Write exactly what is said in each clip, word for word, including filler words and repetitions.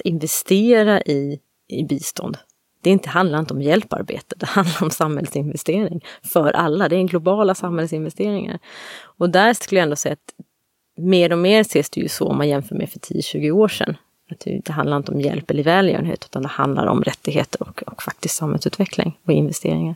investera i, i bistånd. Det inte, handlar inte om hjälparbete, det handlar om samhällsinvestering för alla. Det är en globala samhällsinvesteringar. Och där skulle jag ändå säga att mer och mer ses det ju så om man jämför med för tio till tjugo år sedan. Att det handlar inte om hjälp eller välgörenhet, utan det handlar om rättigheter och, och faktiskt samhällsutveckling och investeringar.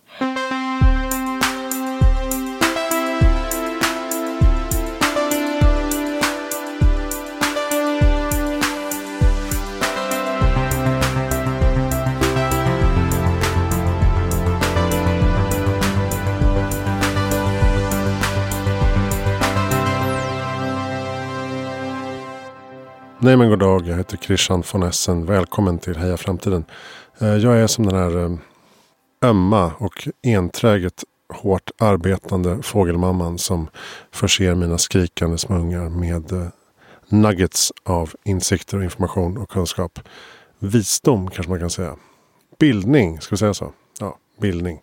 Nej men god dag, jag heter Christian von Essen. Välkommen till Heja Framtiden. Jag är som den här ömma och enträget hårt arbetande fågelmamman som förser mina skrikande små ungar med nuggets av insikter och information och kunskap. Visdom kanske man kan säga. Bildning, ska vi säga så? Ja, bildning.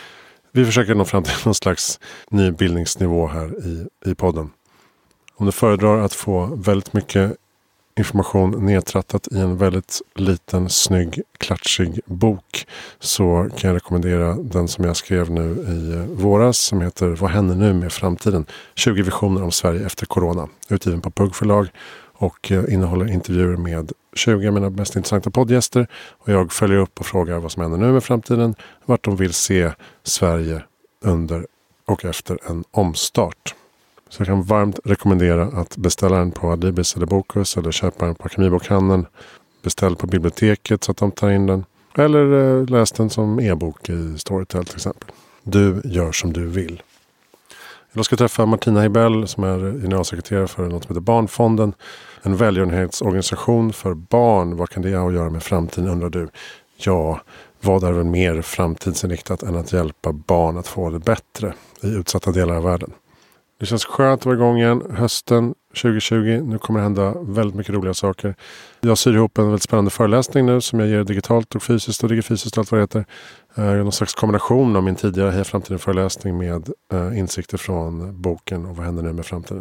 Vi försöker nå fram till någon slags ny bildningsnivå här i, i podden. Om du föredrar att få väldigt mycket information nedtrattat i en väldigt liten, snygg, klatschig bok, så kan jag rekommendera den som jag skrev nu i våras som heter Vad händer nu med framtiden? tjugo visioner om Sverige efter corona. Utgiven på Puggförlag och innehåller intervjuer med tjugo av mina mest intressanta poddgäster, och jag följer upp och frågar vad som händer nu med framtiden, vart de vill se Sverige under och efter en omstart. Så jag kan varmt rekommendera att beställa den på Adlibris eller Bokus eller köpa den på Akademibokhandeln. Beställ på biblioteket så att de tar in den. Eller eh, läs den som e-bok i Storytel till exempel. Du gör som du vill. Jag ska träffa Martina Hibell som är generalsekreterare för något som heter Barnfonden. En välgörenhetsorganisation för barn. Vad kan det ha att göra med framtiden, undrar du? Ja, vad är väl mer framtidsinriktat än att hjälpa barn att få det bättre i utsatta delar av världen? Det känns skönt att vara igång igen hösten tjugo tjugo. Nu kommer det hända väldigt mycket roliga saker. Jag syr ihop en väldigt spännande föreläsning nu som jag ger digitalt och fysiskt och digifysiskt och allt vad det heter. Uh, någon slags kombination av min tidigare Heja Framtiden föreläsning med uh, insikter från boken och vad händer nu med framtiden.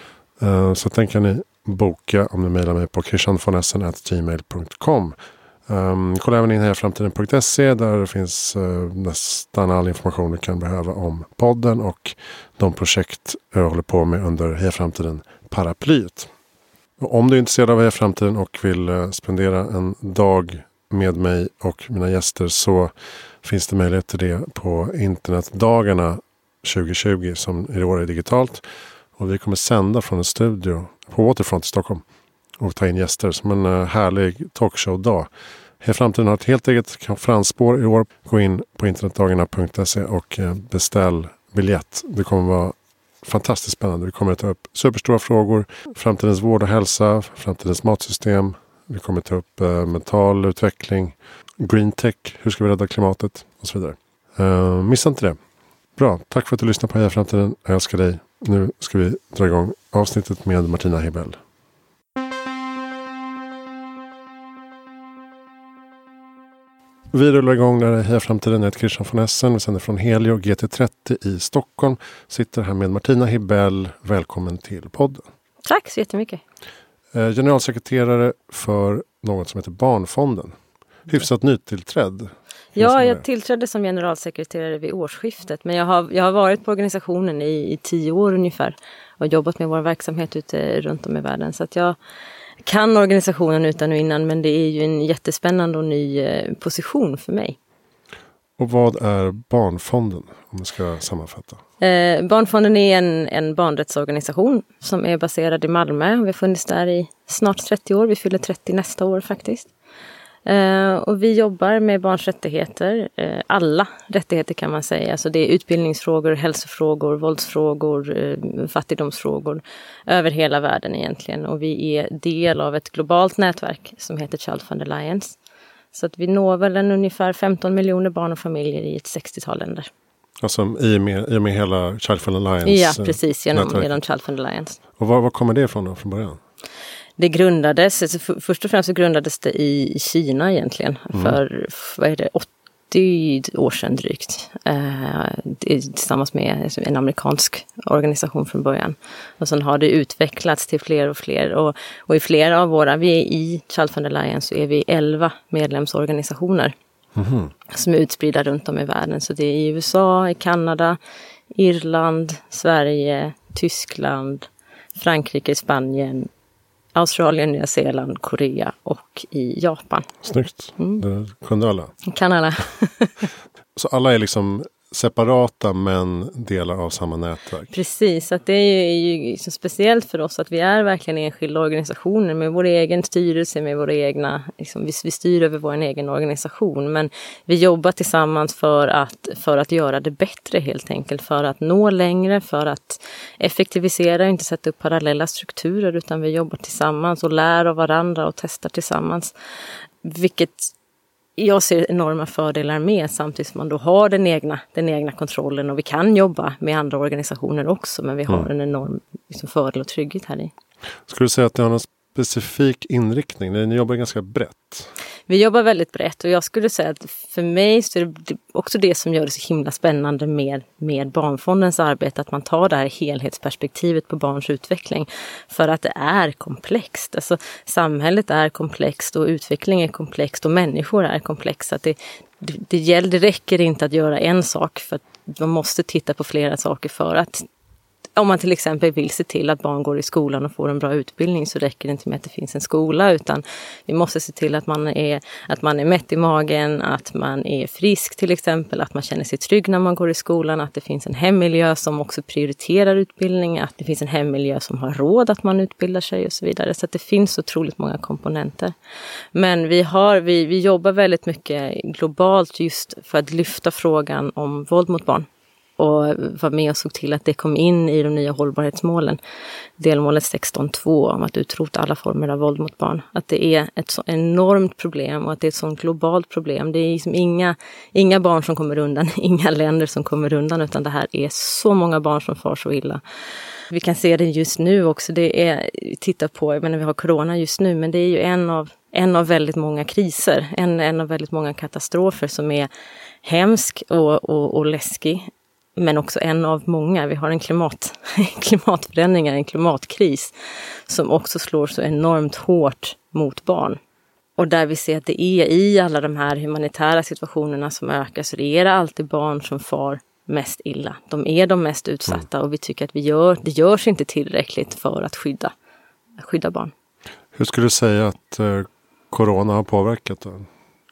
Uh, så tänker ni boka om ni mejlar mig på christianvonessen at gmail punkt com. Um, kolla även in hejaframtiden punkt se där det finns uh, nästan all information du kan behöva om podden och de projekt jag håller på med under Heja Framtiden paraplyet. Och om du är intresserad av Heja Framtiden och vill uh, spendera en dag med mig och mina gäster, så finns det möjlighet till det på internetdagarna tjugo tjugo som i år är digitalt. Och vi kommer sända från en studio på Waterfront i Stockholm och ta in gäster som en uh, härlig talkshow-dag. Heja Framtiden har ett helt eget konferensspår i år. Gå in på internetdagarna punkt se och uh, beställ biljett. Det kommer vara fantastiskt spännande. Vi kommer att ta upp superstora frågor. Framtidens vård och hälsa, framtidens matsystem. Vi kommer att ta upp uh, mental utveckling, green tech, hur ska vi rädda klimatet och så vidare. Uh, missa inte det. Bra, tack för att du lyssnar på Heja Framtiden. Jag älskar dig. Nu ska vi dra igång avsnittet med Martina Hibell. Vi rullar igång där Heja Framtiden. Jag heter Christian von Essen. Vi sänder från Helio G T trettio i Stockholm. Sitter här med Martina Hibell. Välkommen till podden. Tack så jättemycket. Eh, generalsekreterare för något som heter Barnfonden. Hyfsat nytillträdd. Ja, jag tillträdde som generalsekreterare vid årsskiftet. Men jag har, jag har varit på organisationen i, i tio år ungefär. Och jobbat med vår verksamhet ute runt om i världen. Så att jag kan organisationen utan och innan, men det är ju en jättespännande och ny eh, position för mig. Och vad är Barnfonden, om vi ska sammanfatta? Eh, Barnfonden är en, en barnrättsorganisation som är baserad i Malmö. Vi har funnits där i snart trettio år. Vi fyller trettio nästa år faktiskt. Eh, och vi jobbar med barns rättigheter. Eh, alla rättigheter kan man säga. Alltså det är utbildningsfrågor, hälsofrågor, våldsfrågor, eh, fattigdomsfrågor. Över hela världen egentligen. Och vi är del av ett globalt nätverk som heter Child Fund Alliance. Så att vi når väl en ungefär femton miljoner barn och familjer i ett sextiotal länder. Alltså i och med, i och med hela Child Fund Alliance? Ja, precis. Genom, genom Child Fund Alliance. Och var, var kommer det ifrån då från början? Det grundades, alltså för, först och främst så grundades det i Kina egentligen. Mm. För vad är det, trettio år sedan drygt. Eh, tillsammans med en amerikansk organisation från början. Och sen har det utvecklats till fler och fler. Och, och i flera av våra, vi är i Child Fund Alliance, så är vi elva medlemsorganisationer. Mm-hmm. Som är utspridda runt om i världen. Så det är i U S A, i Kanada, Irland, Sverige, Tyskland, Frankrike, Spanien, Australien, Nya Zeeland, Korea och i Japan. Snyggt. Mm. Det kunde alla. Kan alla. Så alla är liksom separata men delar av samma nätverk. Precis, att det är ju, är ju så speciellt för oss att vi är verkligen enskilda organisationer med vår egen styrelse, med våra egna, liksom, vi, vi styr över vår egen organisation, men vi jobbar tillsammans för att, för att göra det bättre helt enkelt, för att nå längre, för att effektivisera, inte sätta upp parallella strukturer, utan vi jobbar tillsammans och lär av varandra och testar tillsammans, vilket jag ser enorma fördelar med, samtidigt som man då har den egna, den egna kontrollen, och vi kan jobba med andra organisationer också, men vi har mm. en enorm liksom, fördel och trygghet här i. Skulle du säga att det har någon specifik inriktning? Ni jobbar ganska brett. Vi jobbar väldigt brett, och jag skulle säga att för mig så är det också det som gör det så himla spännande med, med Barnfondens arbete, att man tar det här helhetsperspektivet på barns utveckling, för att det är komplext. Alltså, samhället är komplext och utveckling är komplext och människor är komplexa. Det, det, det, gäller, det räcker inte att göra en sak, för att man måste titta på flera saker för att om man till exempel vill se till att barn går i skolan och får en bra utbildning, så räcker det inte med att det finns en skola, utan vi måste se till att man är, att man är mätt i magen, att man är frisk till exempel, att man känner sig trygg när man går i skolan, att det finns en hemmiljö som också prioriterar utbildning, att det finns en hemmiljö som har råd att man utbildar sig och så vidare. Så att det finns otroligt många komponenter. Men vi, har, vi, vi jobbar väldigt mycket globalt just för att lyfta frågan om våld mot barn. Och var med och såg till att det kom in i de nya hållbarhetsmålen. Delmålet sexton punkt två om att utrota alla former av våld mot barn. Att det är ett så enormt problem och att det är ett sånt globalt problem. Det är liksom inga, inga barn som kommer undan, inga länder som kommer undan, utan det här är så många barn som far så illa. Vi kan se det just nu också. Det är, titta på, jag menar, vi har corona just nu, men det är ju en av, en av väldigt många kriser. En, en av väldigt många katastrofer som är hemsk och, och, och läskig. Men också en av många. Vi har en klimat, klimatförändringar, en klimatkris som också slår så enormt hårt mot barn. Och där vi ser att det är i alla de här humanitära situationerna som ökar, så det är alltid barn som far mest illa. De är de mest utsatta mm. och vi tycker att vi gör, det görs inte tillräckligt för att skydda, skydda barn. Hur skulle du säga att eh, corona har påverkat det?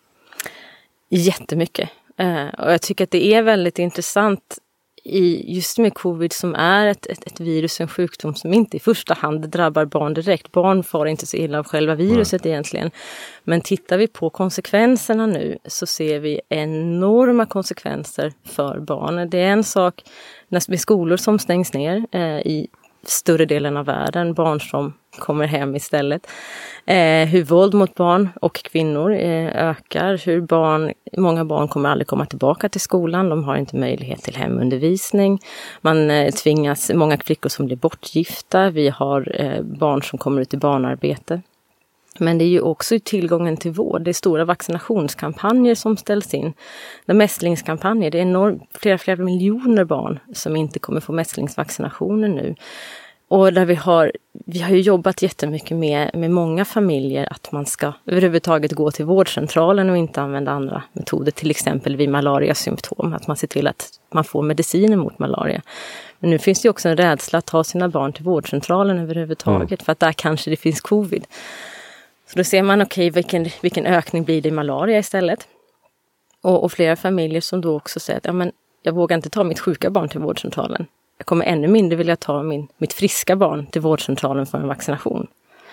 Jättemycket. Eh, och jag tycker att det är väldigt intressant i just med covid, som är ett, ett, ett virus, en sjukdom som inte i första hand drabbar barn direkt. Barn får inte så illa av själva viruset Nej. egentligen. Men tittar vi på konsekvenserna nu, så ser vi enorma konsekvenser för barn. Det är en sak med skolor som stängs ner eh, i större delen av världen, barn som kommer hem istället. Eh, hur våld mot barn och kvinnor eh, ökar, hur barn, många barn kommer aldrig komma tillbaka till skolan, de har inte möjlighet till hemundervisning. Man eh, tvingas, många flickor som blir bortgifta, vi har eh, barn som kommer ut i barnarbete. Men det är ju också tillgången till vård. Det är stora vaccinationskampanjer som ställs in. De mässlingskampanjer, det är enormt, flera, flera miljoner barn som inte kommer få mässlingsvaccinationer nu. Och där vi har, vi har ju jobbat jättemycket med, med många familjer att man ska överhuvudtaget gå till vårdcentralen och inte använda andra metoder. Till exempel vid malariasymptom, att man ser till att man får mediciner mot malaria. Men nu finns det också en rädsla att ta sina barn till vårdcentralen överhuvudtaget mm. för att där kanske det finns covid. Så då ser man, okej, okay, vilken, vilken ökning blir det i malaria istället. Och, och flera familjer som då också säger att ja, men jag vågar inte ta mitt sjuka barn till vårdcentralen. Jag kommer ännu mindre vilja ta min, mitt friska barn till vårdcentralen för en vaccination.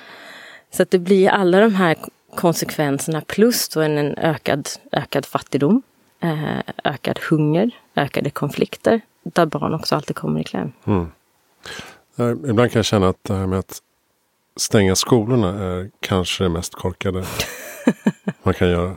Så att det blir alla de här konsekvenserna plus då en, en ökad, ökad fattigdom, eh, ökad hunger, ökade konflikter, där barn också alltid kommer i kläm. Mm. Ibland kan jag känna att det här med att stänga skolorna är kanske det mest korkade man kan göra.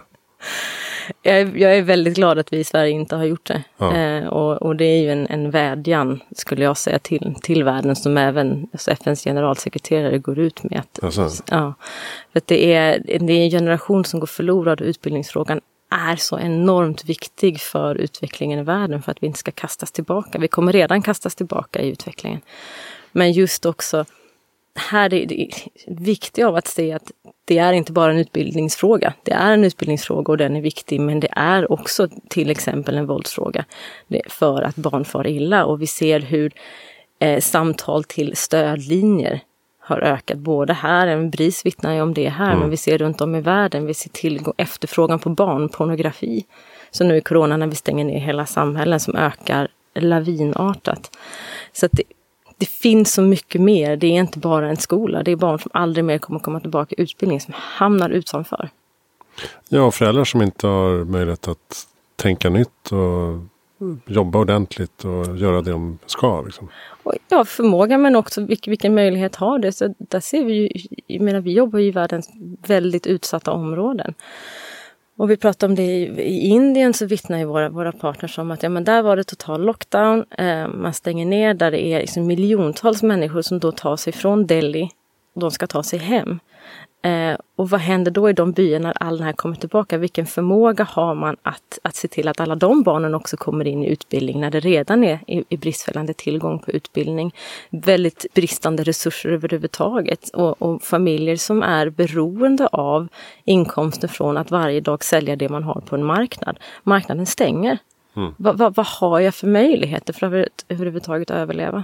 Jag är, jag är väldigt glad att vi i Sverige inte har gjort det. Ja. Eh, och, och det är ju en, en vädjan, skulle jag säga, till, till världen som även alltså F N:s generalsekreterare går ut med. Att, alltså. ja, för att det är, det är en generation som går förlorad, och utbildningsfrågan är så enormt viktig för utvecklingen i världen för att vi inte ska kastas tillbaka. Vi kommer redan kastas tillbaka i utvecklingen. Men just också här är det viktigt av att se att det är inte bara en utbildningsfråga. Det är en utbildningsfråga och den är viktig, men det är också till exempel en våldsfråga för att barn far illa. Och vi ser hur eh, samtal till stödlinjer har ökat både här, en BRIS vittnar ju om det här, mm. men vi ser runt om i världen, vi ser tillgång, efterfrågan på barnpornografi. Så nu i corona när vi stänger ner hela samhällen som ökar lavinartat. Så att det, det finns så mycket mer, det är inte bara en skola, det är barn som aldrig mer kommer komma tillbaka i utbildning som hamnar utanför. Ja, och föräldrar som inte har möjlighet att tänka nytt och jobba ordentligt och göra det de ska. Liksom. Och ja, förmåga men också vilken, vilken möjlighet har det. Så där ser vi ju, jag menar, vi jobbar ju i världens väldigt utsatta områden. Och vi pratar om det i, i Indien, så vittnar ju våra, våra partners om att ja, men där var det total lockdown. Eh, man stänger ner där det är liksom miljontals människor som då tar sig från Delhi och de ska ta sig hem. Eh, och vad händer då i de byarna när all den här kommer tillbaka? Vilken förmåga har man att, att se till att alla de barnen också kommer in i utbildning när det redan är i, i bristfällande tillgång på utbildning? Väldigt bristande resurser överhuvudtaget och, och familjer som är beroende av inkomster från att varje dag sälja det man har på en marknad. Marknaden stänger. Mm. Vad va, va har jag för möjligheter för att överhuvudtaget överleva?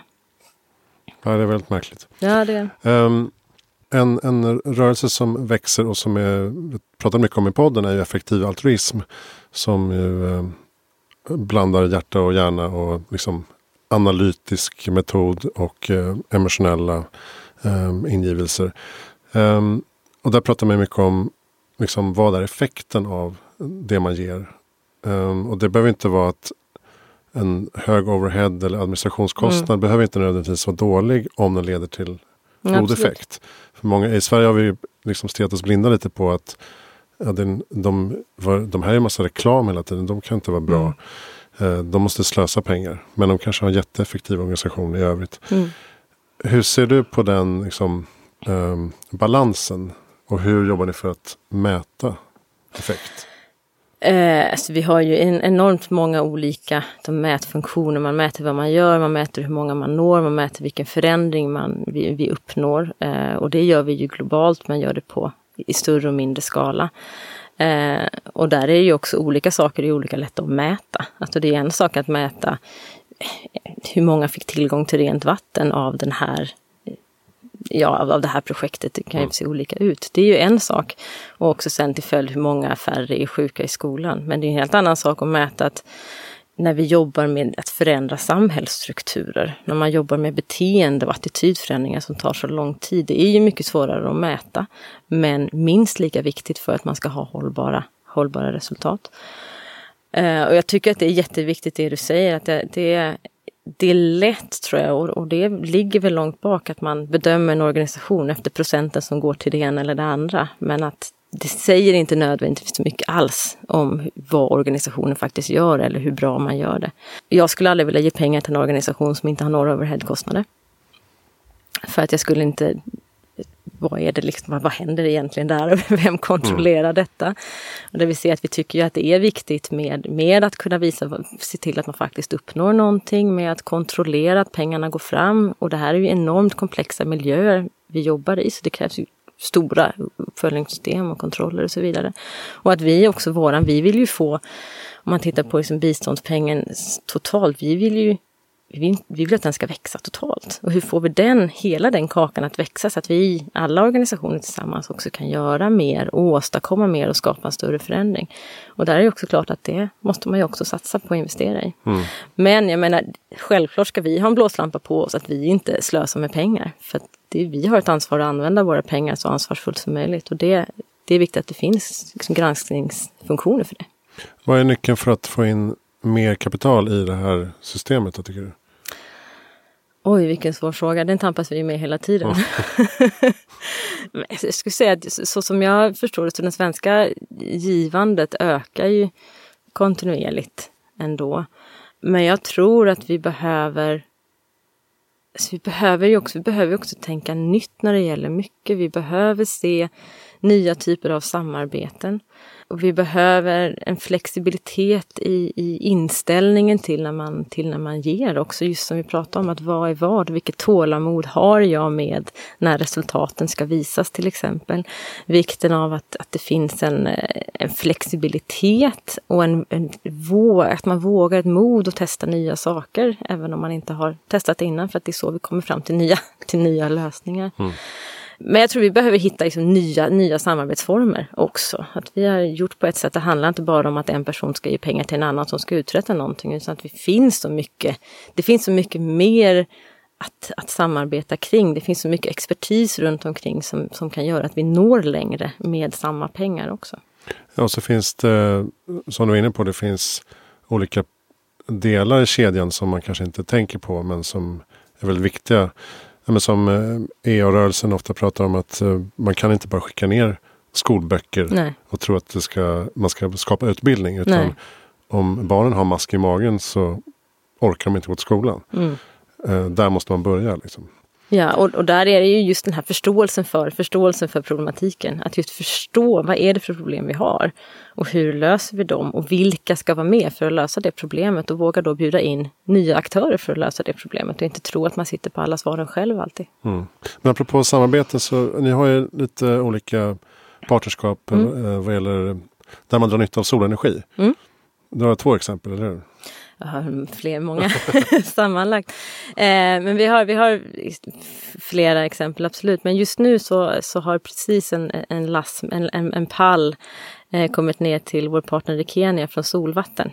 Ja, det är väldigt märkligt. Ja, det är... Um... En, en rörelse som växer och som är, vi pratar mycket om i podden, är ju effektiv altruism. Som ju eh, blandar hjärta och hjärna och liksom analytisk metod och eh, emotionella eh, ingivelser. Um, och där pratar man mycket om liksom, vad är effekten av det man ger. Um, och det behöver inte vara att en hög overhead eller administrationskostnad mm. behöver inte nödvändigtvis vara dålig om den leder till god Absolut. effekt. För många, i Sverige har vi liksom stirrat oss blinda lite på att ja, den, de, de här är en massa reklam hela tiden. De kan inte vara bra. Mm. De måste slösa pengar. Men de kanske har en jätteeffektiv organisation i övrigt. Mm. Hur ser du på den liksom, um, balansen? Och hur jobbar ni för att mäta effekt? Eh, alltså vi har ju en, enormt många olika de mätfunktioner. Man mäter vad man gör, man mäter hur många man når, man mäter vilken förändring man, vi, vi uppnår. Eh, och det gör vi ju globalt, man gör det på i större och mindre skala. Eh, och där är ju också olika saker, det är olika lätt att mäta. Alltså det är en sak att mäta hur många fick tillgång till rent vatten av den här Ja, av det här projektet. Det kan ju se olika ut. Det är ju en sak. Och också sen till följd hur många färre är sjuka i skolan. Men det är en helt annan sak att mäta att när vi jobbar med att förändra samhällsstrukturer. När man jobbar med beteende och attitydförändringar som tar så lång tid. Det är ju mycket svårare att mäta. Men minst lika viktigt för att man ska ha hållbara, hållbara resultat. Uh, och jag tycker att det är jätteviktigt det du säger. Att det, det är Det är lätt tror jag och, och det ligger väl långt bak att man bedömer en organisation efter procenten som går till det ena eller det andra. Men att det säger inte nödvändigtvis så mycket alls om vad organisationen faktiskt gör eller hur bra man gör det. Jag skulle aldrig vilja ge pengar till en organisation som inte har några overheadkostnader. För att jag skulle inte... Vad är det liksom, vad händer egentligen där och vem kontrollerar mm. detta? Och det vill säga att vi tycker ju att det är viktigt med, med att kunna visa, se till att man faktiskt uppnår någonting, med att kontrollera att pengarna går fram. Och det här är ju enormt komplexa miljöer vi jobbar i, så det krävs ju stora uppföljningssystem och kontroller och så vidare. Och att vi också, våran, vi vill ju få, om man tittar på liksom biståndspengen totalt, vi vill ju Vi vill att den ska växa totalt. Och hur får vi den, hela den kakan att växa så att vi, alla organisationer tillsammans också kan göra mer, åstadkomma mer och skapa en större förändring. Och där är det också klart att det måste man ju också satsa på och investera i. Mm. Men jag menar, självklart ska vi ha en blåslampa på oss att vi inte slösar med pengar. För att det, vi har ett ansvar att använda våra pengar så ansvarsfullt som möjligt. Och det, det är viktigt att det finns liksom granskningsfunktioner för det. Vad är nyckeln för att få in mer kapital i det här systemet då, tycker du? Oj, vilken svår fråga. Den tampas vi med hela tiden. Mm. Jag skulle säga att så som jag förstår det så den svenska givandet ökar ju kontinuerligt ändå. Men jag tror att vi behöver så vi behöver ju också, vi behöver också tänka nytt när det gäller mycket. Vi behöver se nya typer av samarbeten. Och vi behöver en flexibilitet i, i inställningen till när, man, till när man ger också. Just som vi pratar om, att vad är vad? Vilket tålamod har jag med när resultaten ska visas till exempel? Vikten av att, att det finns en, en flexibilitet och en, en våg, att man vågar ett mod att testa nya saker. Även om man inte har testat innan, för att det är så vi kommer fram till nya, till nya lösningar. Mm. Men jag tror vi behöver hitta liksom nya, nya samarbetsformer också. Att vi har gjort på ett sätt, det handlar inte bara om att en person ska ge pengar till en annan som ska uträtta någonting. Utan att vi finns så mycket, det finns så mycket mer att, att samarbeta kring. Det finns så mycket expertis runt omkring som, som kan göra att vi når längre med samma pengar också. Ja, så finns det, som du är inne på, det finns olika delar i kedjan som man kanske inte tänker på men som är väldigt viktiga. Men som E A-rörelsen ofta pratar om, att man kan inte bara skicka ner skolböcker Nej. och tro att det ska, man ska skapa utbildning. Utan Nej. om barnen har mask i magen så orkar de inte gå till skolan. Mm. Eh, där måste man börja liksom. Ja, och, och där är det ju just den här förståelsen för, förståelsen för problematiken. Att just förstå vad är det för problem vi har och hur löser vi dem och vilka ska vara med för att lösa det problemet, och våga då bjuda in nya aktörer för att lösa det problemet och inte tro att man sitter på alla svaren själv alltid. Mm. Men apropå samarbete, så ni har ju lite olika partnerskap mm. vad gäller där man drar nytta av solenergi. Mm. Du har två exempel, eller hur? Jag har fler, många sammanlagt. Eh, men vi har, vi har flera exempel, absolut. Men just nu så, så har precis en, en, lass, en, en, en pall eh, kommit ner till vår partner i Kenya från Solvatten.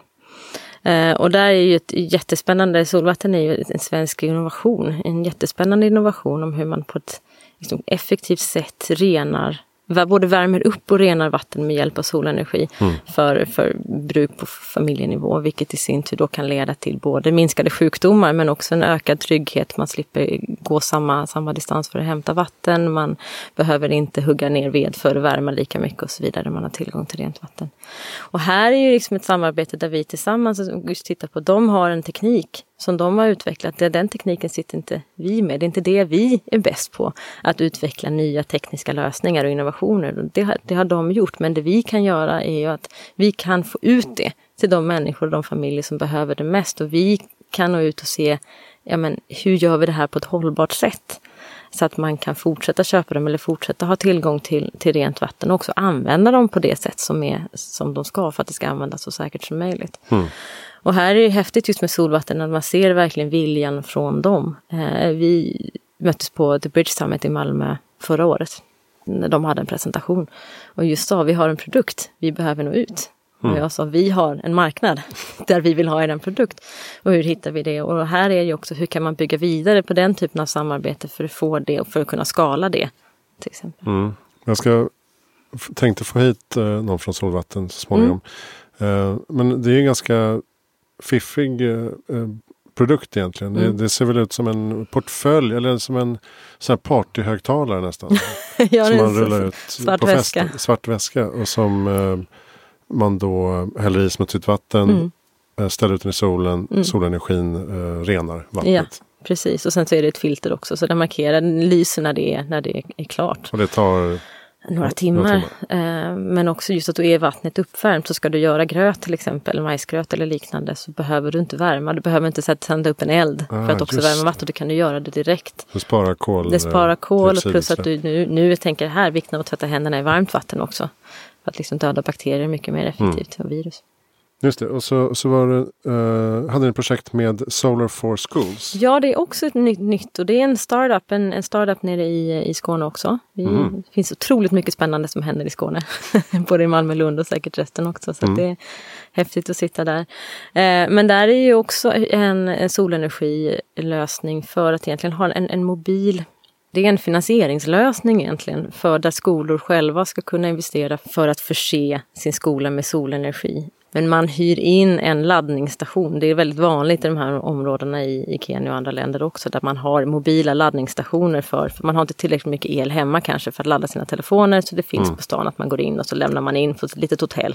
Eh, och där är ju ett jättespännande, Solvatten är ju en svensk innovation. En jättespännande innovation om hur man på ett liksom, effektivt sätt renar, både värmer upp och renar vatten med hjälp av solenergi mm. för, för bruk på familjenivå, vilket i sin tur då kan leda till både minskade sjukdomar men också en ökad trygghet. Man slipper gå samma, samma distans för att hämta vatten, man behöver inte hugga ner ved för att värma lika mycket och så vidare, man har tillgång till rent vatten. Och här är ju liksom ett samarbete där vi tillsammans just tittar på, de har en teknik som de har utvecklat. Den tekniken sitter inte vi med. Det är inte det vi är bäst på. Att utveckla nya tekniska lösningar och innovationer. Det har, det har de gjort. Men det vi kan göra är ju att vi kan få ut det till de människor och de familjer som behöver det mest. Och vi kan nå ut och se, ja men, hur gör vi det här på ett hållbart sätt? Så att man kan fortsätta köpa dem eller fortsätta ha tillgång till, till rent vatten. Och också använda dem på det sätt som, är, som de ska, för att det ska användas så säkert som möjligt. Mm. Och här är det häftigt just med Solvatten, när man ser verkligen viljan från dem. Eh, vi möttes på The Bridge Summit i Malmö förra året, när de hade en presentation. Och just sa, vi har en produkt, vi behöver nå ut. Mm. Och jag sa, vi har en marknad där vi vill ha en produkt. Och hur hittar vi det? Och här är det också, hur kan man bygga vidare på den typen av samarbete för att få det och för att kunna skala det, till exempel. Mm. Jag ska, tänkte få hit eh, någon från Solvatten så småningom. Mm. Eh, men det är en ganska fiffig eh, produkt egentligen. Mm. Det, det ser väl ut som en portfölj eller som en sån här partyhögtalare nästan. Ja, som man rullar ut svart på väska. festen. Svart väska. Och som eh, man då häller i smutsigt vatten, mm. eh, ställer ut den i solen, mm. solenergin eh, renar vattnet. Ja, precis. Och sen så är det ett filter också, så den markerar, den lyser när det är, när det är klart. Och det tar några timmar. Några timmar. Eh, men också just att då är vattnet uppvärmt, så ska du göra gröt till exempel, majsgröt eller liknande, så behöver du inte värma. Du behöver inte tända upp en eld ah, för att också värma vatten. Du kan du göra det direkt. Det sparar kol. Det sparar kol, plus att du nu, nu tänker här vikten av att tvätta händerna i varmt vatten också. För att liksom döda bakterier mycket mer effektivt mm. och virus. Just det, och så, så var det, uh, hade ni ett projekt med Solar for Schools. Ja, det är också ett nytt, nytt och det är en startup, en, en startup nere i, i Skåne också. Vi, mm. Det finns otroligt mycket spännande som händer i Skåne. Både i Malmö, Lund och säkert resten också. Så mm. det är häftigt att sitta där. Eh, men där är ju också en, en solenergilösning för att egentligen ha en, en mobil. Det är en finansieringslösning egentligen för där skolor själva ska kunna investera för att förse sin skola med solenergi. Men man hyr in en laddningsstation. Det är väldigt vanligt i de här områdena i, i Kenya och andra länder också, där man har mobila laddningsstationer för, för man har inte tillräckligt mycket el hemma kanske för att ladda sina telefoner, så det finns mm. på stan att man går in och så lämnar man in på ett litet hotell.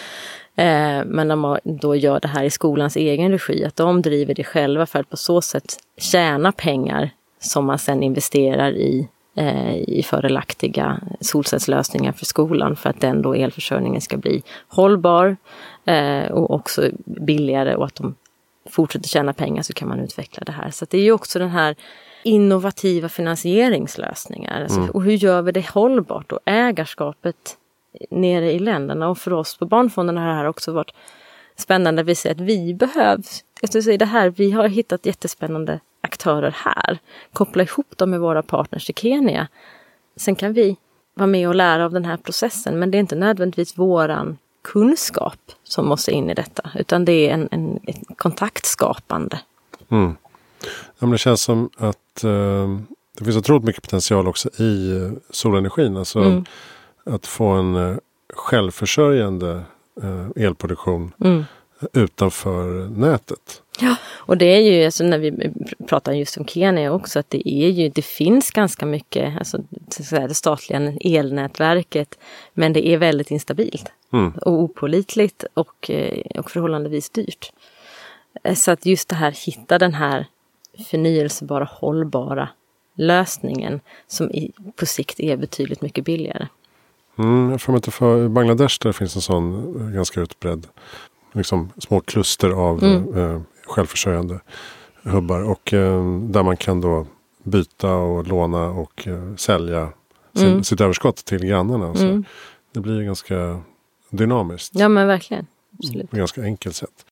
Eh, men när man då gör det här i skolans egen regi, att de driver det själva för att på så sätt tjäna pengar som man sen investerar i eh, i fördelaktiga solcellslösningar för skolan för att den då elförsörjningen ska bli hållbar eh, och också billigare, och att de fortsätter tjäna pengar så kan man utveckla det här. Så det är ju också den här innovativa finansieringslösningar. Alltså, mm. Och hur gör vi det hållbart? Och ägarskapet nere i länderna, och för oss på Barnfonden har det här också varit spännande. Vi säger att vi behövs, jag skulle säga det här, vi har hittat jättespännande aktörer här. Koppla ihop dem med våra partners i Kenya. Sen kan vi vara med och lära av den här processen, men det är inte nödvändigtvis våran kunskap som måste in i detta, utan det är en, en, en kontaktskapande. Mm. Ja, men det känns som att eh, det finns otroligt mycket potential också i eh, solenergin. Alltså mm. att få en eh, självförsörjande eh, elproduktion mm. utanför nätet. Ja, och det är ju, alltså när vi pratar just om Kenya också, att det är ju, det finns ganska mycket, alltså det statliga elnätverket, men det är väldigt instabilt mm. och opålitligt och, och förhållandevis dyrt. Så att just det här, hitta den här förnyelsebara, hållbara lösningen som i, på sikt är betydligt mycket billigare. Mm, jag får mig inte för Bangladesh, där finns en sån ganska utbredd, liksom små kluster av mm. eh, självförsörjande hubbar, och eh, där man kan då byta och låna och eh, sälja sin, mm. sitt överskott till grannarna. Så mm. det blir ganska dynamiskt. Ja, men verkligen. Absolut. På ett ganska enkelt sätt.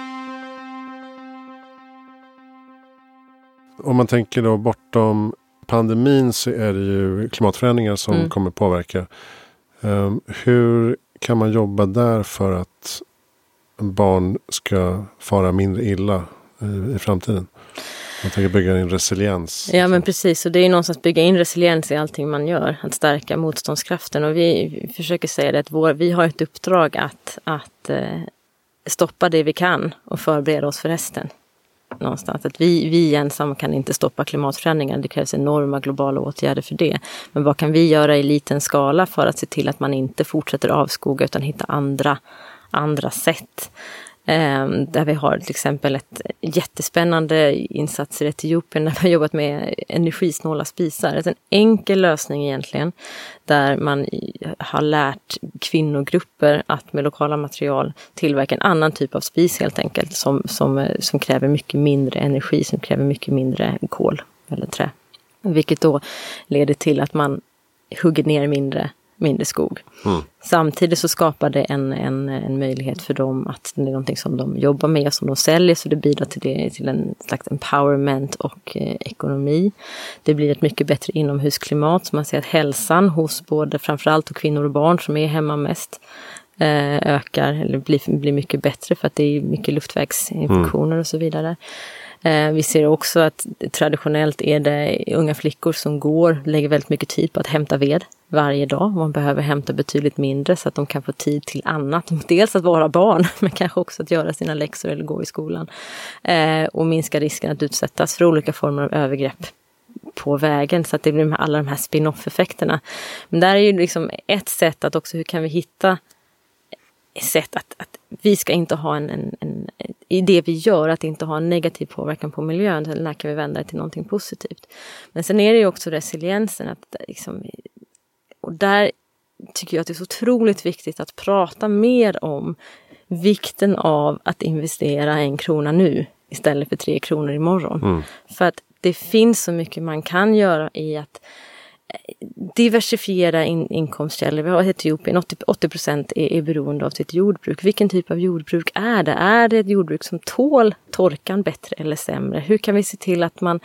Om man tänker då bortom pandemin, så är det ju klimatförändringar som mm. kommer påverka. Um, hur kan man jobba där för att barn ska fara mindre illa i, i framtiden? Man tänker bygga in resiliens. Ja, men precis. Och det är ju någonstans bygga in resiliens i allting man gör. Att stärka motståndskraften. Och vi försöker säga det att vår, vi har ett uppdrag att, att eh, stoppa det vi kan och förbereda oss för resten. Någonstans. Att vi, vi ensamma kan inte stoppa klimatförändringen. Det krävs enorma globala åtgärder för det. Men vad kan vi göra i liten skala för att se till att man inte fortsätter avskoga utan hitta andra, andra sätt? Eh, där vi har till exempel ett jättespännande insats i Etiopien där vi har jobbat med energisnåla spisar. Det är en enkel lösning egentligen, där man har lärt kvinnogrupper att med lokala material tillverka en annan typ av spis helt enkelt, som, som, som kräver mycket mindre energi, som kräver mycket mindre kol eller trä. Vilket då leder till att man hugger ner mindre mindre skog. Mm. Samtidigt så skapar det en, en, en möjlighet för dem att det är någonting som de jobbar med och som de säljer, så det bidrar till, det, till en slags empowerment och eh, ekonomi. Det blir ett mycket bättre inomhusklimat, så man ser att hälsan hos både framförallt och kvinnor och barn som är hemma mest eh, ökar eller blir, blir mycket bättre, för att det är mycket luftvägsinfektioner mm. och så vidare. Eh, vi ser också att traditionellt är det unga flickor som går, lägger väldigt mycket tid på att hämta ved varje dag. Man behöver hämta betydligt mindre så att de kan få tid till annat. Dels att vara barn, men kanske också att göra sina läxor eller gå i skolan. Eh, och minska risken att utsättas för olika former av övergrepp på vägen, så att det blir alla de här spin-off-effekterna. Men där är ju liksom ett sätt att också, hur kan vi hitta sätt att, att vi ska inte ha en, en, en i det vi gör, att inte ha en negativ påverkan på miljön, eller när kan vi vända det till någonting positivt. Men sen är det ju också resiliensen, att liksom, och där tycker jag att det är så otroligt viktigt att prata mer om vikten av att investera en krona nu istället för tre kronor imorgon. Mm. För att det finns så mycket man kan göra i att diversifiera in, inkomstkällor. Vi har Etiopien, åttio procent är, är beroende av sitt jordbruk. Vilken typ av jordbruk är det? Är det ett jordbruk som tål torkan bättre eller sämre? Hur kan vi se till att man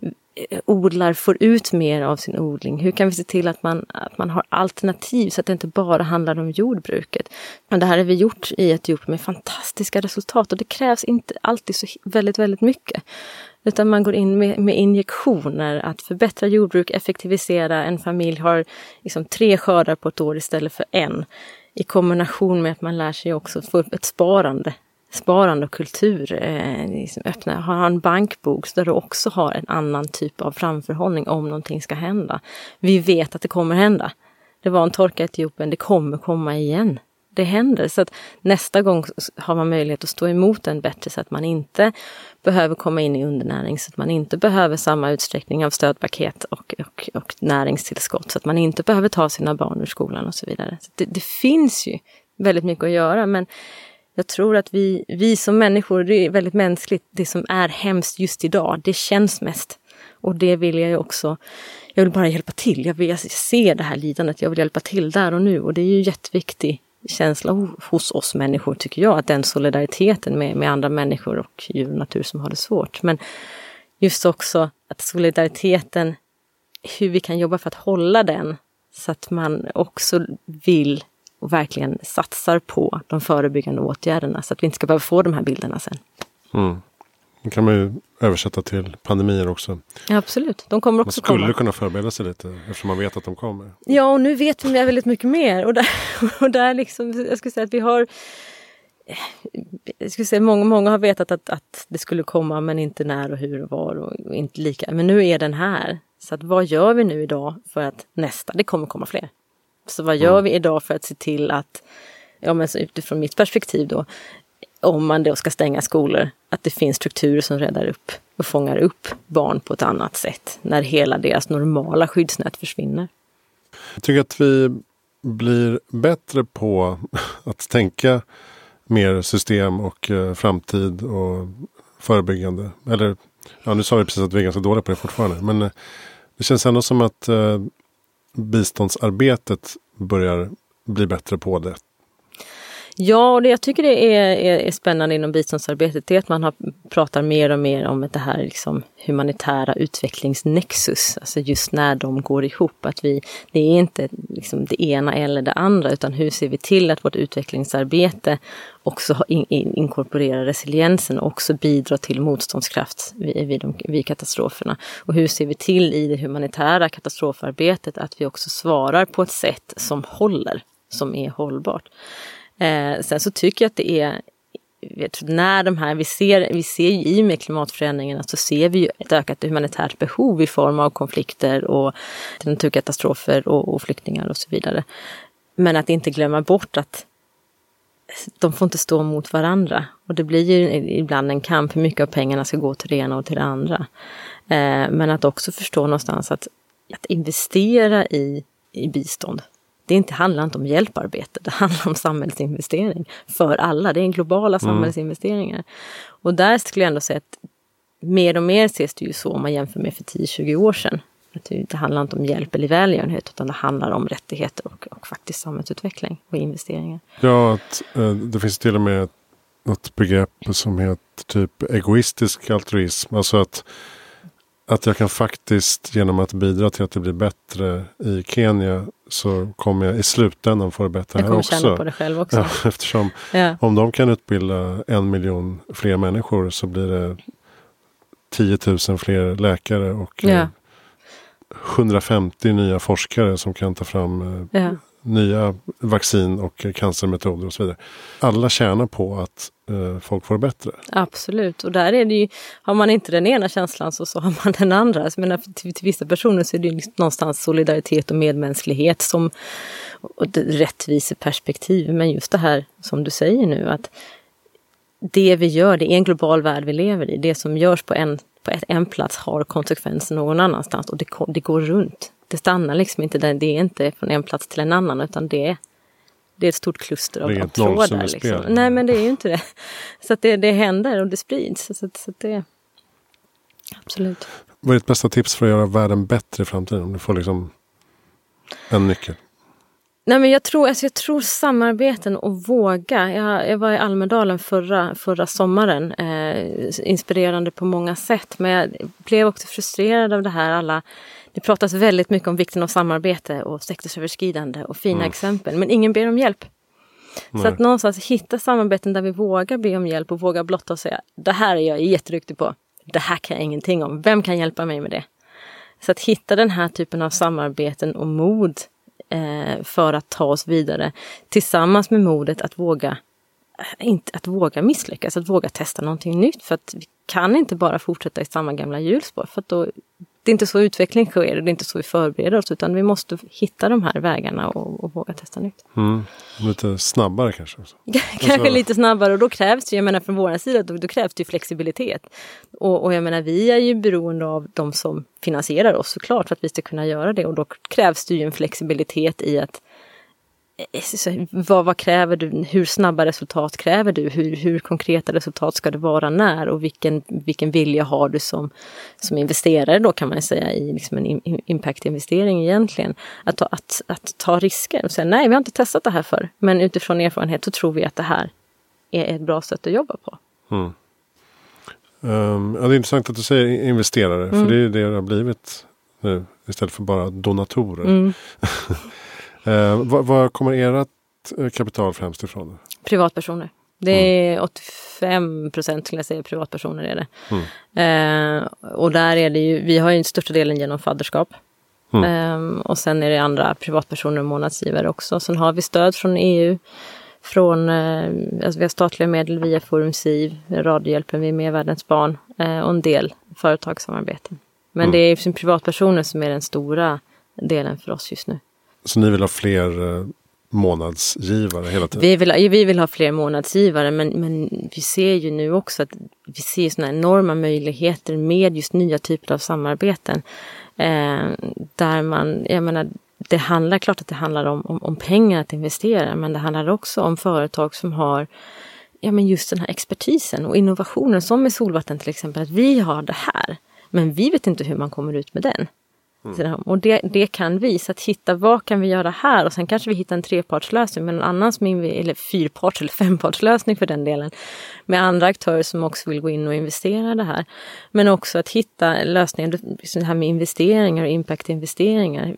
odlar, får ut mer av sin odling? Hur kan vi se till att man, att man har alternativ så att det inte bara handlar om jordbruket? Och det här har vi gjort i Etiopien med fantastiska resultat, och det krävs inte alltid så väldigt, väldigt mycket. Utan man går in med, med injektioner att förbättra jordbruk, effektivisera. En familj har liksom tre skördar på ett år istället för en. I kombination med att man lär sig också att få upp ett sparande. Sparande och kultur. Eh, liksom öppna, ha en bankbok där du också har en annan typ av framförhållning om någonting ska hända. Vi vet att det kommer hända. Det var en torka i Etiopien, det kommer komma igen. Det händer. Så att nästa gång har man möjlighet att stå emot den bättre så att man inte behöver komma in i undernäring. Så att man inte behöver samma utsträckning av stödpaket och, och, och näringstillskott. Så att man inte behöver ta sina barn ur skolan och så vidare. Så det, det finns ju väldigt mycket att göra, men jag tror att vi, vi som människor, det är väldigt mänskligt, det som är hemskt just idag, det känns mest. Och det vill jag ju också, jag vill bara hjälpa till. Jag, vill, jag ser det här lidandet, jag vill hjälpa till där och nu. Och det är ju jätteviktig känsla hos oss människor, tycker jag, att den solidariteten med, med andra människor och djur och natur som har det svårt. Men just också att solidariteten, hur vi kan jobba för att hålla den, så att man också vill och verkligen satsar på de förebyggande åtgärderna så att vi inte ska behöva få de här bilderna sen. Mm. Det kan man ju översätta till pandemier också. Ja, absolut. De kommer också man skulle komma. kunna förbereda sig lite eftersom man vet att de kommer. Ja, och nu vet vi väldigt mycket mer. Och där, och där liksom, jag skulle säga att vi har... Jag skulle säga många, många har vetat att, att det skulle komma, men inte när och hur och var och, och inte lika. Men nu är den här. Så att vad gör vi nu idag för att nästa, det kommer komma fler. Så vad gör mm. vi idag för att se till att, ja men så utifrån mitt perspektiv då, om man då ska stänga skolor, att det finns strukturer som räddar upp och fångar upp barn på ett annat sätt när hela deras normala skyddsnät försvinner. Jag tycker att vi blir bättre på att tänka mer system och eh, framtid och förebyggande. Eller, ja nu sa vi precis att vi är ganska dåliga på det fortfarande, men eh, det känns ändå som att eh, biståndsarbetet börjar bli bättre på det. Ja, och det jag tycker det är, är, är spännande inom biståndsarbetet är att man har, pratar mer och mer om det här liksom, humanitära utvecklingsnexus. Alltså just när de går ihop. Att vi, det är inte liksom, det ena eller det andra, utan hur ser vi till att vårt utvecklingsarbete också in, in, inkorporerar resiliensen och också bidrar till motståndskraft vid, vid, de, vid katastroferna. Och hur ser vi till i det humanitära katastrofarbetet att vi också svarar på ett sätt som håller, som är hållbart. Eh, sen så tycker jag att det är, vet, när de här, vi ser, vi ser ju i med klimatförändringarna så ser vi ju ett ökat humanitärt behov i form av konflikter och naturkatastrofer och, och flyktingar och så vidare. Men att inte glömma bort att de får inte stå mot varandra. Och det blir ju ibland en kamp hur mycket av pengarna ska gå till det ena och till det andra. Eh, men att också förstå någonstans att, att investera i, i bistånd. Det inte handlar inte om hjälparbete, det handlar om samhällsinvestering för alla. Det är en globala samhällsinvesteringar. Mm. Och där skulle jag ändå säga att mer och mer ses det ju så om man jämför med för tio till tjugo år sedan. Att det handlar inte om hjälp eller välgörenhet utan det handlar om rättigheter och, och faktiskt samhällsutveckling och investeringar. Ja, att, eh, det finns till och med något begrepp som heter typ egoistisk altruism. Alltså att Att jag kan faktiskt genom att bidra till att det blir bättre i Kenya så kommer jag i slutändan få det bättre här också. Jag kommer känna på det själv också. Ja, eftersom ja. om de kan utbilda en miljon fler människor så blir det tio tusen fler läkare och ja. hundrafemtio nya forskare som kan ta fram ja. nya vaccin och cancermetoder och så vidare. Alla tjänar på att eh, folk får det bättre. Absolut. Och där är det ju, har man inte den ena känslan så, så har man den andra. Alltså, men till, till vissa personer så är det ju någonstans solidaritet och medmänsklighet som och det rättviseperspektiv. Men just det här som du säger nu att det vi gör, det är en global värld vi lever i. Det som görs på en, på ett, en plats har konsekvenser någon annanstans och det, det går runt. Det stannar liksom inte där, det är inte från en plats till en annan utan det är, det är ett stort kluster av, av trådar. Liksom. Nej men det är ju inte det. Så att det, det händer och det sprids. Så, så, så att det absolut. Vad är ditt bästa tips för att göra världen bättre i framtiden? Om du får liksom en nyckel. Nej men jag tror, alltså jag tror samarbeten och våga. Jag, jag var i Almedalen förra, förra sommaren. Eh, inspirerande på många sätt. Men jag blev också frustrerad av det här alla. Det pratas väldigt mycket om vikten av samarbete och sektorsöverskridande och fina mm. exempel. Men ingen ber om hjälp. Nej. Så att någonstans hitta samarbeten där vi vågar be om hjälp och vågar blotta och säga det här är jag jätteduktig på. Det här kan jag ingenting om. Vem kan hjälpa mig med det? Så att hitta den här typen av samarbeten och mod eh, för att ta oss vidare. Tillsammans med modet att våga, inte, att våga misslyckas. Att våga testa någonting nytt. För att vi kan inte bara fortsätta i samma gamla hjulspår. För att då det är inte så utveckling sker, det är inte så vi förbereder oss, utan vi måste hitta de här vägarna och, och våga testa nytt. Mm. Lite snabbare kanske. Kanske alltså... lite snabbare, och då krävs det, jag menar från vår sida, då, då krävs det ju flexibilitet. Och, och jag menar, vi är ju beroende av de som finansierar oss såklart för att vi ska kunna göra det, och då krävs det ju en flexibilitet i att Så, vad, vad kräver du? Hur snabba resultat kräver du? Hur, hur konkreta resultat ska det vara när? Och vilken, vilken vilja har du som, som investerare då, kan man säga, i liksom en impact-investering egentligen? Att ta, att, att ta risker och säga nej, vi har inte testat det här för, men utifrån erfarenhet så tror vi att det här är ett bra sätt att jobba på. Mm. Um, ja, det är intressant att du säger investerare, mm. för det är det det har blivit nu istället för bara donatorer. Mm. Eh, vad, vad kommer ert kapital främst ifrån? Privatpersoner. Det är mm. åttiofem procent skulle jag säga privatpersoner är det. Mm. Eh, och där är det ju, vi har ju den största delen genom fadderskap. Mm. Eh, och sen är det andra privatpersoner och månadsgivare också. Sen har vi stöd från E U. Från, eh, alltså vi har statliga medel via Forum Siv, Radiohjälpen, vi är med Världens barn eh, och en del företagssamarbeten. Men mm. det är ju privatpersoner som är den stora delen för oss just nu. Så ni vill ha fler eh, månadsgivare hela tiden? Vi vill, vi vill ha fler månadsgivare, men, men vi ser ju nu också att vi ser såna enorma möjligheter med just nya typer av samarbeten. Eh, där man, jag menar, det handlar klart att det handlar om, om, om pengar att investera, men det handlar också om företag som har ja, men just den här expertisen och innovationen, som med Solvatten till exempel, att vi har det här, men vi vet inte hur man kommer ut med den. Mm. Och det, det kan vi, så att hitta vad kan vi göra här, och sen kanske vi hittar en trepartslösning med någon annan som inv- eller fyrparts eller fempartslösning för den delen, med andra aktörer som också vill gå in och investera i det här. Men också att hitta lösningar, det här med investeringar och impact-investeringar,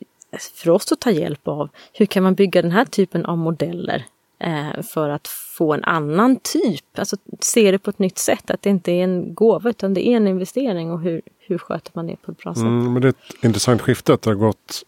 för oss att ta hjälp av hur kan man bygga den här typen av modeller eh, för att få en annan typ, alltså se det på ett nytt sätt, att det inte är en gåva utan det är en investering, och hur, hur sköter man det på ett bra sätt. Mm, men det är ett intressant skifte att det har gått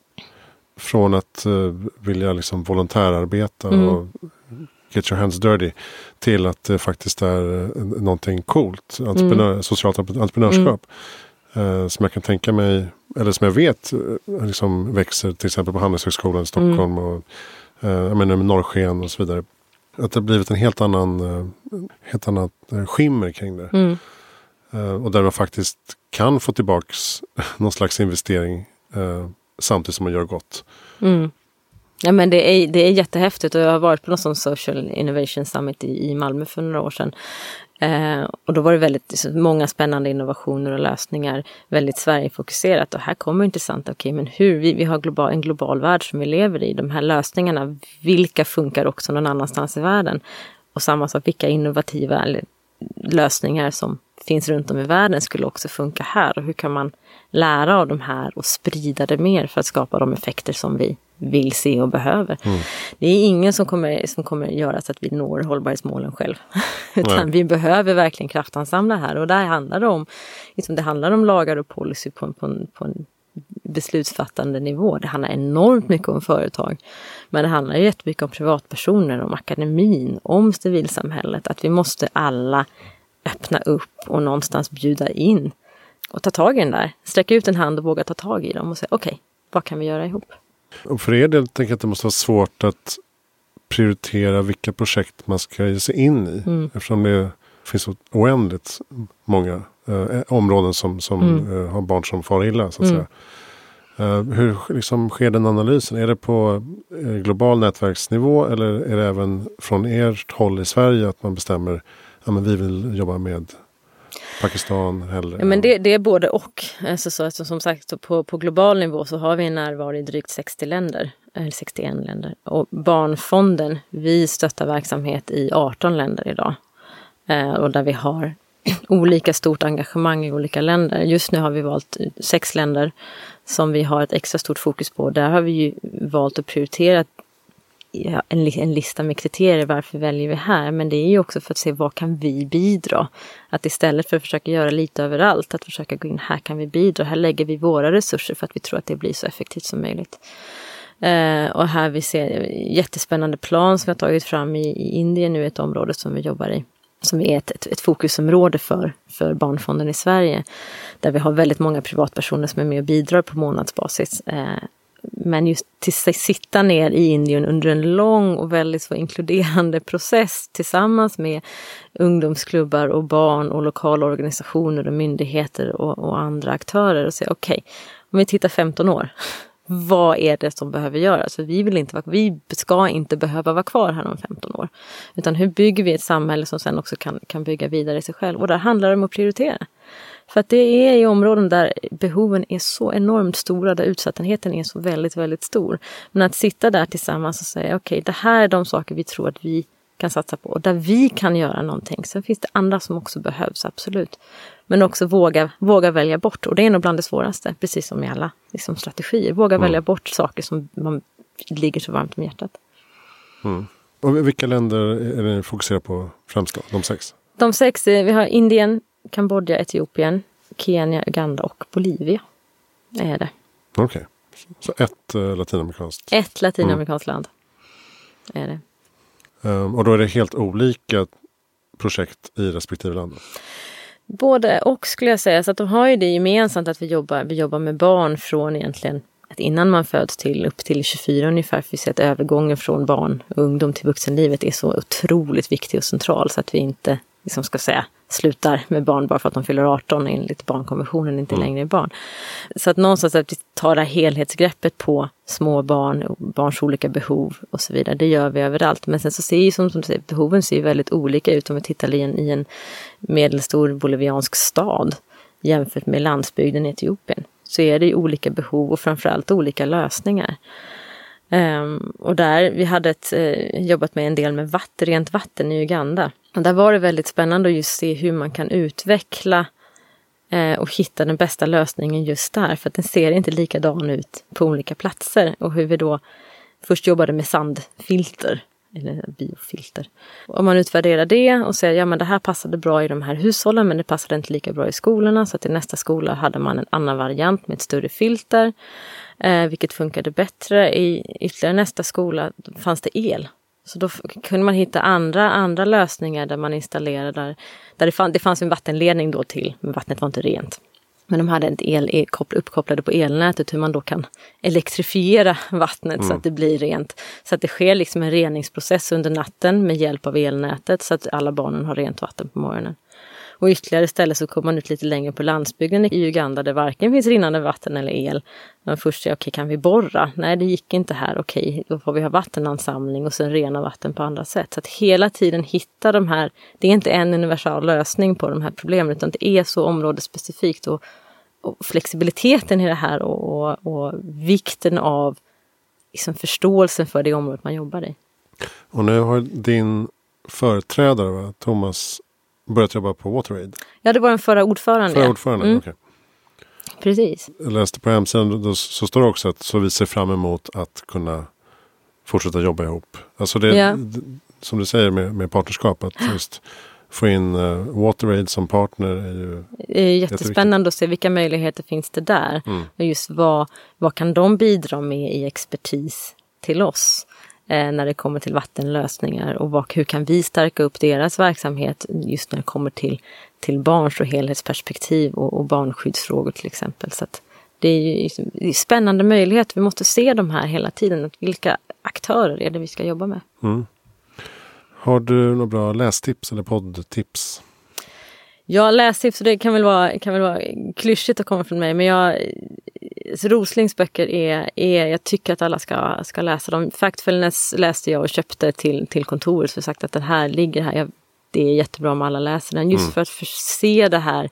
från att uh, vilja liksom volontärarbeta mm. och get your hands dirty till att det faktiskt är uh, någonting coolt, entreprenör, mm. socialt entreprenörskap. Mm. Uh, som jag kan tänka mig, eller som jag vet uh, liksom växer till exempel på Handelshögskolan i Stockholm mm. och uh, jag menar med Norrsken och så vidare. Att det har blivit en helt annan uh, helt annat uh, skimmer kring det. Mm. Uh, och där man faktiskt kan få tillbaks någon slags investering uh, samtidigt som man gör gott. Mm. Ja, men det är, det är jättehäftigt, och jag har varit på någon sån Social Innovation Summit i, i Malmö för några år sedan. Eh, och då var det väldigt många spännande innovationer och lösningar, väldigt Sverige-fokuserat, och här kommer intressant, okej, okay, men hur, vi, vi har global, en global värld som vi lever i, de här lösningarna, vilka funkar också någon annanstans i världen? Och samma sak, vilka innovativa eller, lösningar som finns runt om i världen skulle också funka här, och hur kan man lära av de här och sprida det mer för att skapa de effekter som vi vill se och behöver. Mm. Det är ingen som kommer, som kommer göra så att vi når hållbarhetsmålen själv. Utan Nej. Vi behöver verkligen kraftansamla här, och där handlar det om, liksom det handlar om lagar och policy på en, på en, på en beslutsfattande nivå. Det handlar enormt mycket om företag, men det handlar jättemycket om privatpersoner, om akademin, om civilsamhället, att vi måste alla öppna upp och någonstans bjuda in och ta tag i den där, sträcka ut en hand och våga ta tag i dem och säga okej, okay, vad kan vi göra ihop? Och för er del tänker jag att det måste vara svårt att prioritera vilka projekt man ska ge sig in i. Mm. Eftersom det finns så oändligt många eh, områden som, som mm. eh, har barn som far illa, så att mm. säga. Eh, hur liksom, sker den analysen? Är det på eh, global nätverksnivå, eller är det även från ert håll i Sverige att man bestämmer ja, men vi vill jobba med Pakistan heller? Ja, men det, det är både och. Alltså, så, alltså, som sagt, på, på global nivå så har vi en närvaro i drygt sextio länder, eller sextioen länder. Och Barnfonden, vi stöttar verksamhet i arton länder idag. Eh, och där vi har olika stort engagemang i olika länder. Just nu har vi valt sex länder som vi har ett extra stort fokus på. Där har vi ju valt att prioritera Ja, en, en lista med kriterier, varför väljer vi här, men det är ju också för att se vad kan vi bidra, att istället för att försöka göra lite överallt, att försöka gå in, här kan vi bidra, här lägger vi våra resurser för att vi tror att det blir så effektivt som möjligt. Eh, och här vi ser jättespännande plan som vi har tagit fram i, i Indien nu, ett område som vi jobbar i, som är ett, ett, ett fokusområde för, för Barnfonden i Sverige. Där vi har väldigt många privatpersoner som är med och bidrar på månadsbasis. Eh, men just till sig sitta ner i Indien under en lång och väldigt så inkluderande process tillsammans med ungdomsklubbar och barn och lokala organisationer och myndigheter och, och andra aktörer och säga okej, okay, om vi tittar femton år, vad är det som behöver göras? För vi vill inte vara, vi ska inte behöva vara kvar här om femton år. Utan hur bygger vi ett samhälle som sen också kan, kan bygga vidare i sig själv? Och där handlar det om att prioritera. För att det är i områden där behoven är så enormt stora, där utsattheten är så väldigt, väldigt stor. Men att sitta där tillsammans och säga okej, okay, det här är de saker vi tror att vi kan satsa på. Och där vi kan göra någonting. Sen finns det andra som också behövs, absolut. Men också våga, våga välja bort. Och det är nog bland det svåraste, precis som i alla liksom, strategier. Våga mm. välja bort saker som man ligger så varmt om hjärtat. Mm. Och vilka länder är det ni fokuserar på främst då? De sex? De sex, vi har Indien, Kambodja, Etiopien, Kenya, Uganda och Bolivia. Är det. Okej. Okay. Så ett uh, latinamerikanskt? Ett latinamerikanskt mm. land. Är det. Um, och då är det helt olika projekt i respektive land? Både och skulle jag säga. Så att de har ju det gemensamt att vi jobbar, vi jobbar med barn från egentligen att innan man föds till upp till tjugofyra ungefär. För vi ser att övergången från barn och ungdom till vuxenlivet är så otroligt viktig och central. Så att vi inte liksom ska säga slutar med barn bara för att de fyller arton enligt barnkonventionen inte mm. längre är barn. Så att någonstans att vi tar det här helhetsgreppet på små barn och barns olika behov och så vidare. Det gör vi överallt. Men sen så ser ju som, som du säger, behoven ser väldigt olika ut om vi tittar i en, i en medelstor boliviansk stad jämfört med landsbygden i Etiopien. Så är det ju olika behov och framförallt olika lösningar. Um, och där vi hade ett, uh, jobbat med en del med vatten, rent vatten i Uganda. Och där var det väldigt spännande att just se hur man kan utveckla uh, och hitta den bästa lösningen just där. För att den ser inte likadan ut på olika platser. Och hur vi då först jobbade med sandfilter, eller biofilter. Och om man utvärderar det och säger ja men det här passade bra i de här hushållen men det passade inte lika bra i skolorna. Så att i nästa skola hade man en annan variant med ett större filter. Eh, vilket funkade bättre. I ytterligare nästa skola fanns det el. Så då kunde man hitta andra, andra lösningar där man installerade. Där, där det, fann, det fanns en vattenledning då till, men vattnet var inte rent. Men de hade ett el uppkopplade på elnätet hur man då kan elektrifiera vattnet mm. så att det blir rent. Så att det sker liksom en reningsprocess under natten med hjälp av elnätet så att alla barnen har rent vatten på morgonen. Och ytterligare istället så kommer man ut lite längre på landsbygden i Uganda där varken finns rinnande vatten eller el. Men först säger okej, kan vi borra? Nej, det gick inte här. Okej, då får vi ha vattenansamling och sen rena vatten på andra sätt. Så att hela tiden hitta de här, det är inte en universal lösning på de här problemen utan det är så områdesspecifikt och, och flexibiliteten i det här och, och, och vikten av liksom förståelsen för det området man jobbar i. Och nu har din företrädare, va? Thomas, börjat jobba på WaterAid. Ja, det var den förra ordförande. Förra ordförande, mm. okej. Okay. Precis. Jag läste på hemsidan, då, så står det också att så vi ser fram emot att kunna fortsätta jobba ihop. Alltså det, ja. d- som du säger med, med partnerskap, att just få in uh, WaterAid som partner är ju det är jättespännande att se vilka möjligheter finns det där. Mm. Och just vad, vad kan de bidra med i expertis till oss? När det kommer till vattenlösningar och vad, hur kan vi stärka upp deras verksamhet just när det kommer till, till barns och helhetsperspektiv och, och barnskyddsfrågor till exempel. Så att det är ju det är spännande möjlighet. Vi måste se de här hela tiden. Att vilka aktörer är det vi ska jobba med? Mm. Har du några bra lästips eller poddtips? Ja, lästips, det kan väl vara, kan väl vara klyschigt att komma från mig. Men jag, Roslings böcker är, är, jag tycker att alla ska, ska läsa dem. Factfulness läste jag och köpte till, till kontoret för sagt att den här ligger här. Jag, det är jättebra om alla läser den. Just mm. för att se det här.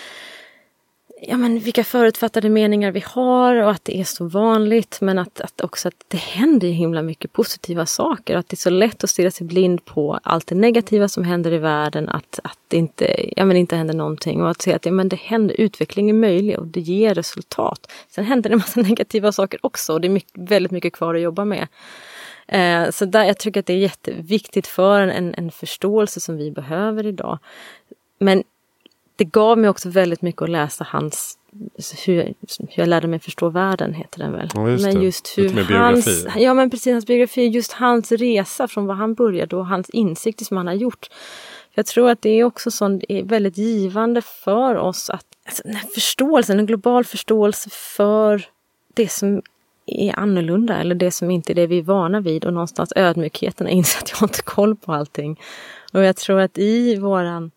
Ja, men vilka förutfattade meningar vi har och att det är så vanligt, men att, att också att det händer himla mycket positiva saker, att det är så lätt att stirra sig blind på allt det negativa som händer i världen, att, att det inte, ja, men inte händer någonting och att se att ja, men det händer, utveckling är möjlig och det ger resultat. Sen händer det en massa negativa saker också och det är mycket, väldigt mycket kvar att jobba med. Eh, så där, jag tycker att det är jätteviktigt för en, en förståelse som vi behöver idag. Men det gav mig också väldigt mycket att läsa hans hur, hur jag lärde mig förstå världen heter den väl. Ja, just men det. just hur hans, ja men precis, hans biografi, just hans resa från var han började och hans insikter som han har gjort. Jag tror att det är också sånt, är väldigt givande för oss att alltså, den här förståelsen, en global förståelse för det som är annorlunda eller det som inte är det vi är vana vid och någonstans ödmjukheten är insett att jag har inte koll på allting. Och jag tror att i våran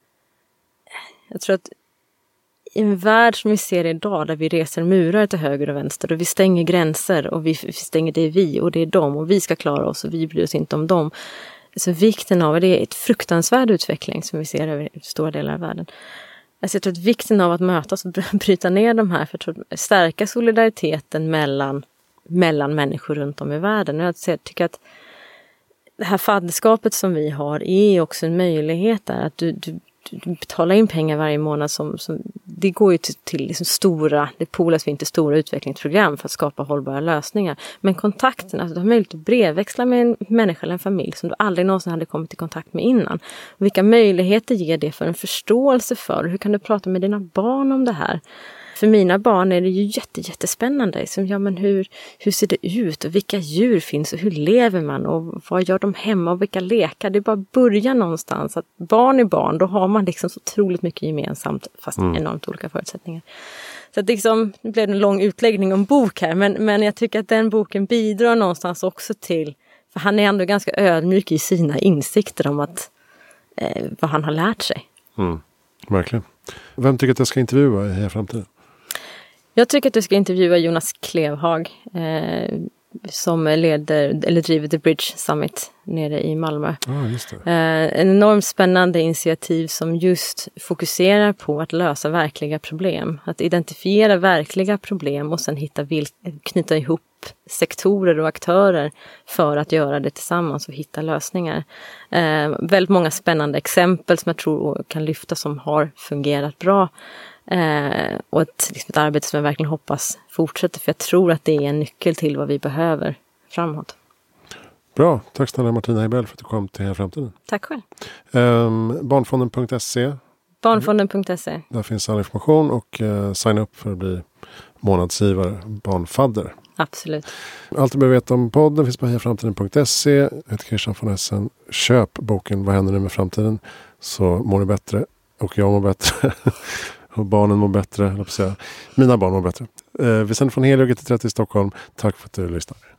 jag tror att i en värld som vi ser idag där vi reser murar till höger och vänster och vi stänger gränser och vi, vi stänger det är vi och det är dem och vi ska klara oss och vi bryr oss inte om dem. Så vikten av det är ett fruktansvärd utveckling som vi ser över stora delar av världen. Alltså jag tror att vikten av att mötas och bryta ner de här för att stärka solidariteten mellan, mellan människor runt om i världen. Och jag tycker att det här fadderskapet som vi har är också en möjlighet där att du, du Du betalar in pengar varje månad som, som det går ju till, till liksom stora, det polas inte stora utvecklingsprogram för att skapa hållbara lösningar. Men kontakten, alltså du har möjlighet att brevväxla med en människa eller en familj som du aldrig någonsin hade kommit i kontakt med innan. Och vilka möjligheter ger det för en förståelse för? Hur kan du prata med dina barn om det här? För mina barn är det ju jätte, jättespännande. Som, ja, men hur, hur ser det ut och vilka djur finns och hur lever man och vad gör de hemma och vilka lekar. Det är bara att börja någonstans. Att barn är barn, då har man liksom så otroligt mycket gemensamt fast mm. enormt olika förutsättningar. Så att liksom, det blev en lång utläggning om bok här. Men, men jag tycker att den boken bidrar någonstans också till, för han är ändå ganska ödmjuk i sina insikter om att, eh, vad han har lärt sig. Mm. Verkligen. Vem tycker att jag ska intervjua i framtiden? Jag tycker att du ska intervjua Jonas Klevhag eh, som leder eller driver The Bridge Summit nere i Malmö. Ah, just det. Eh, en enormt spännande initiativ som just fokuserar på att lösa verkliga problem. Att identifiera verkliga problem och sen hitta vil- knyta ihop sektorer och aktörer för att göra det tillsammans och hitta lösningar. Eh, väldigt många spännande exempel som jag tror kan lyfta som har fungerat bra. Eh, och ett, liksom ett arbete som jag verkligen hoppas fortsätter, för jag tror att det är en nyckel till vad vi behöver framåt. Bra, tack snälla Martina Hebel för att du kom till Heja Framtiden. Tack själv. Um, barnfonden punkt se Barnfonden punkt se. Där finns all information och uh, signa upp för att bli månadsgivare, barnfadder. Absolut. Allt du behöver veta om podden finns på heja framtiden punkt se. Jag heter Christian von Essen. Köp boken Vad händer nu med framtiden? Så mår du bättre och jag mår bättre. Och barnen mår bättre. Mina barn mår bättre. Uh, vi sänder från Helioget till trettio i Stockholm. Tack för att du lyssnar.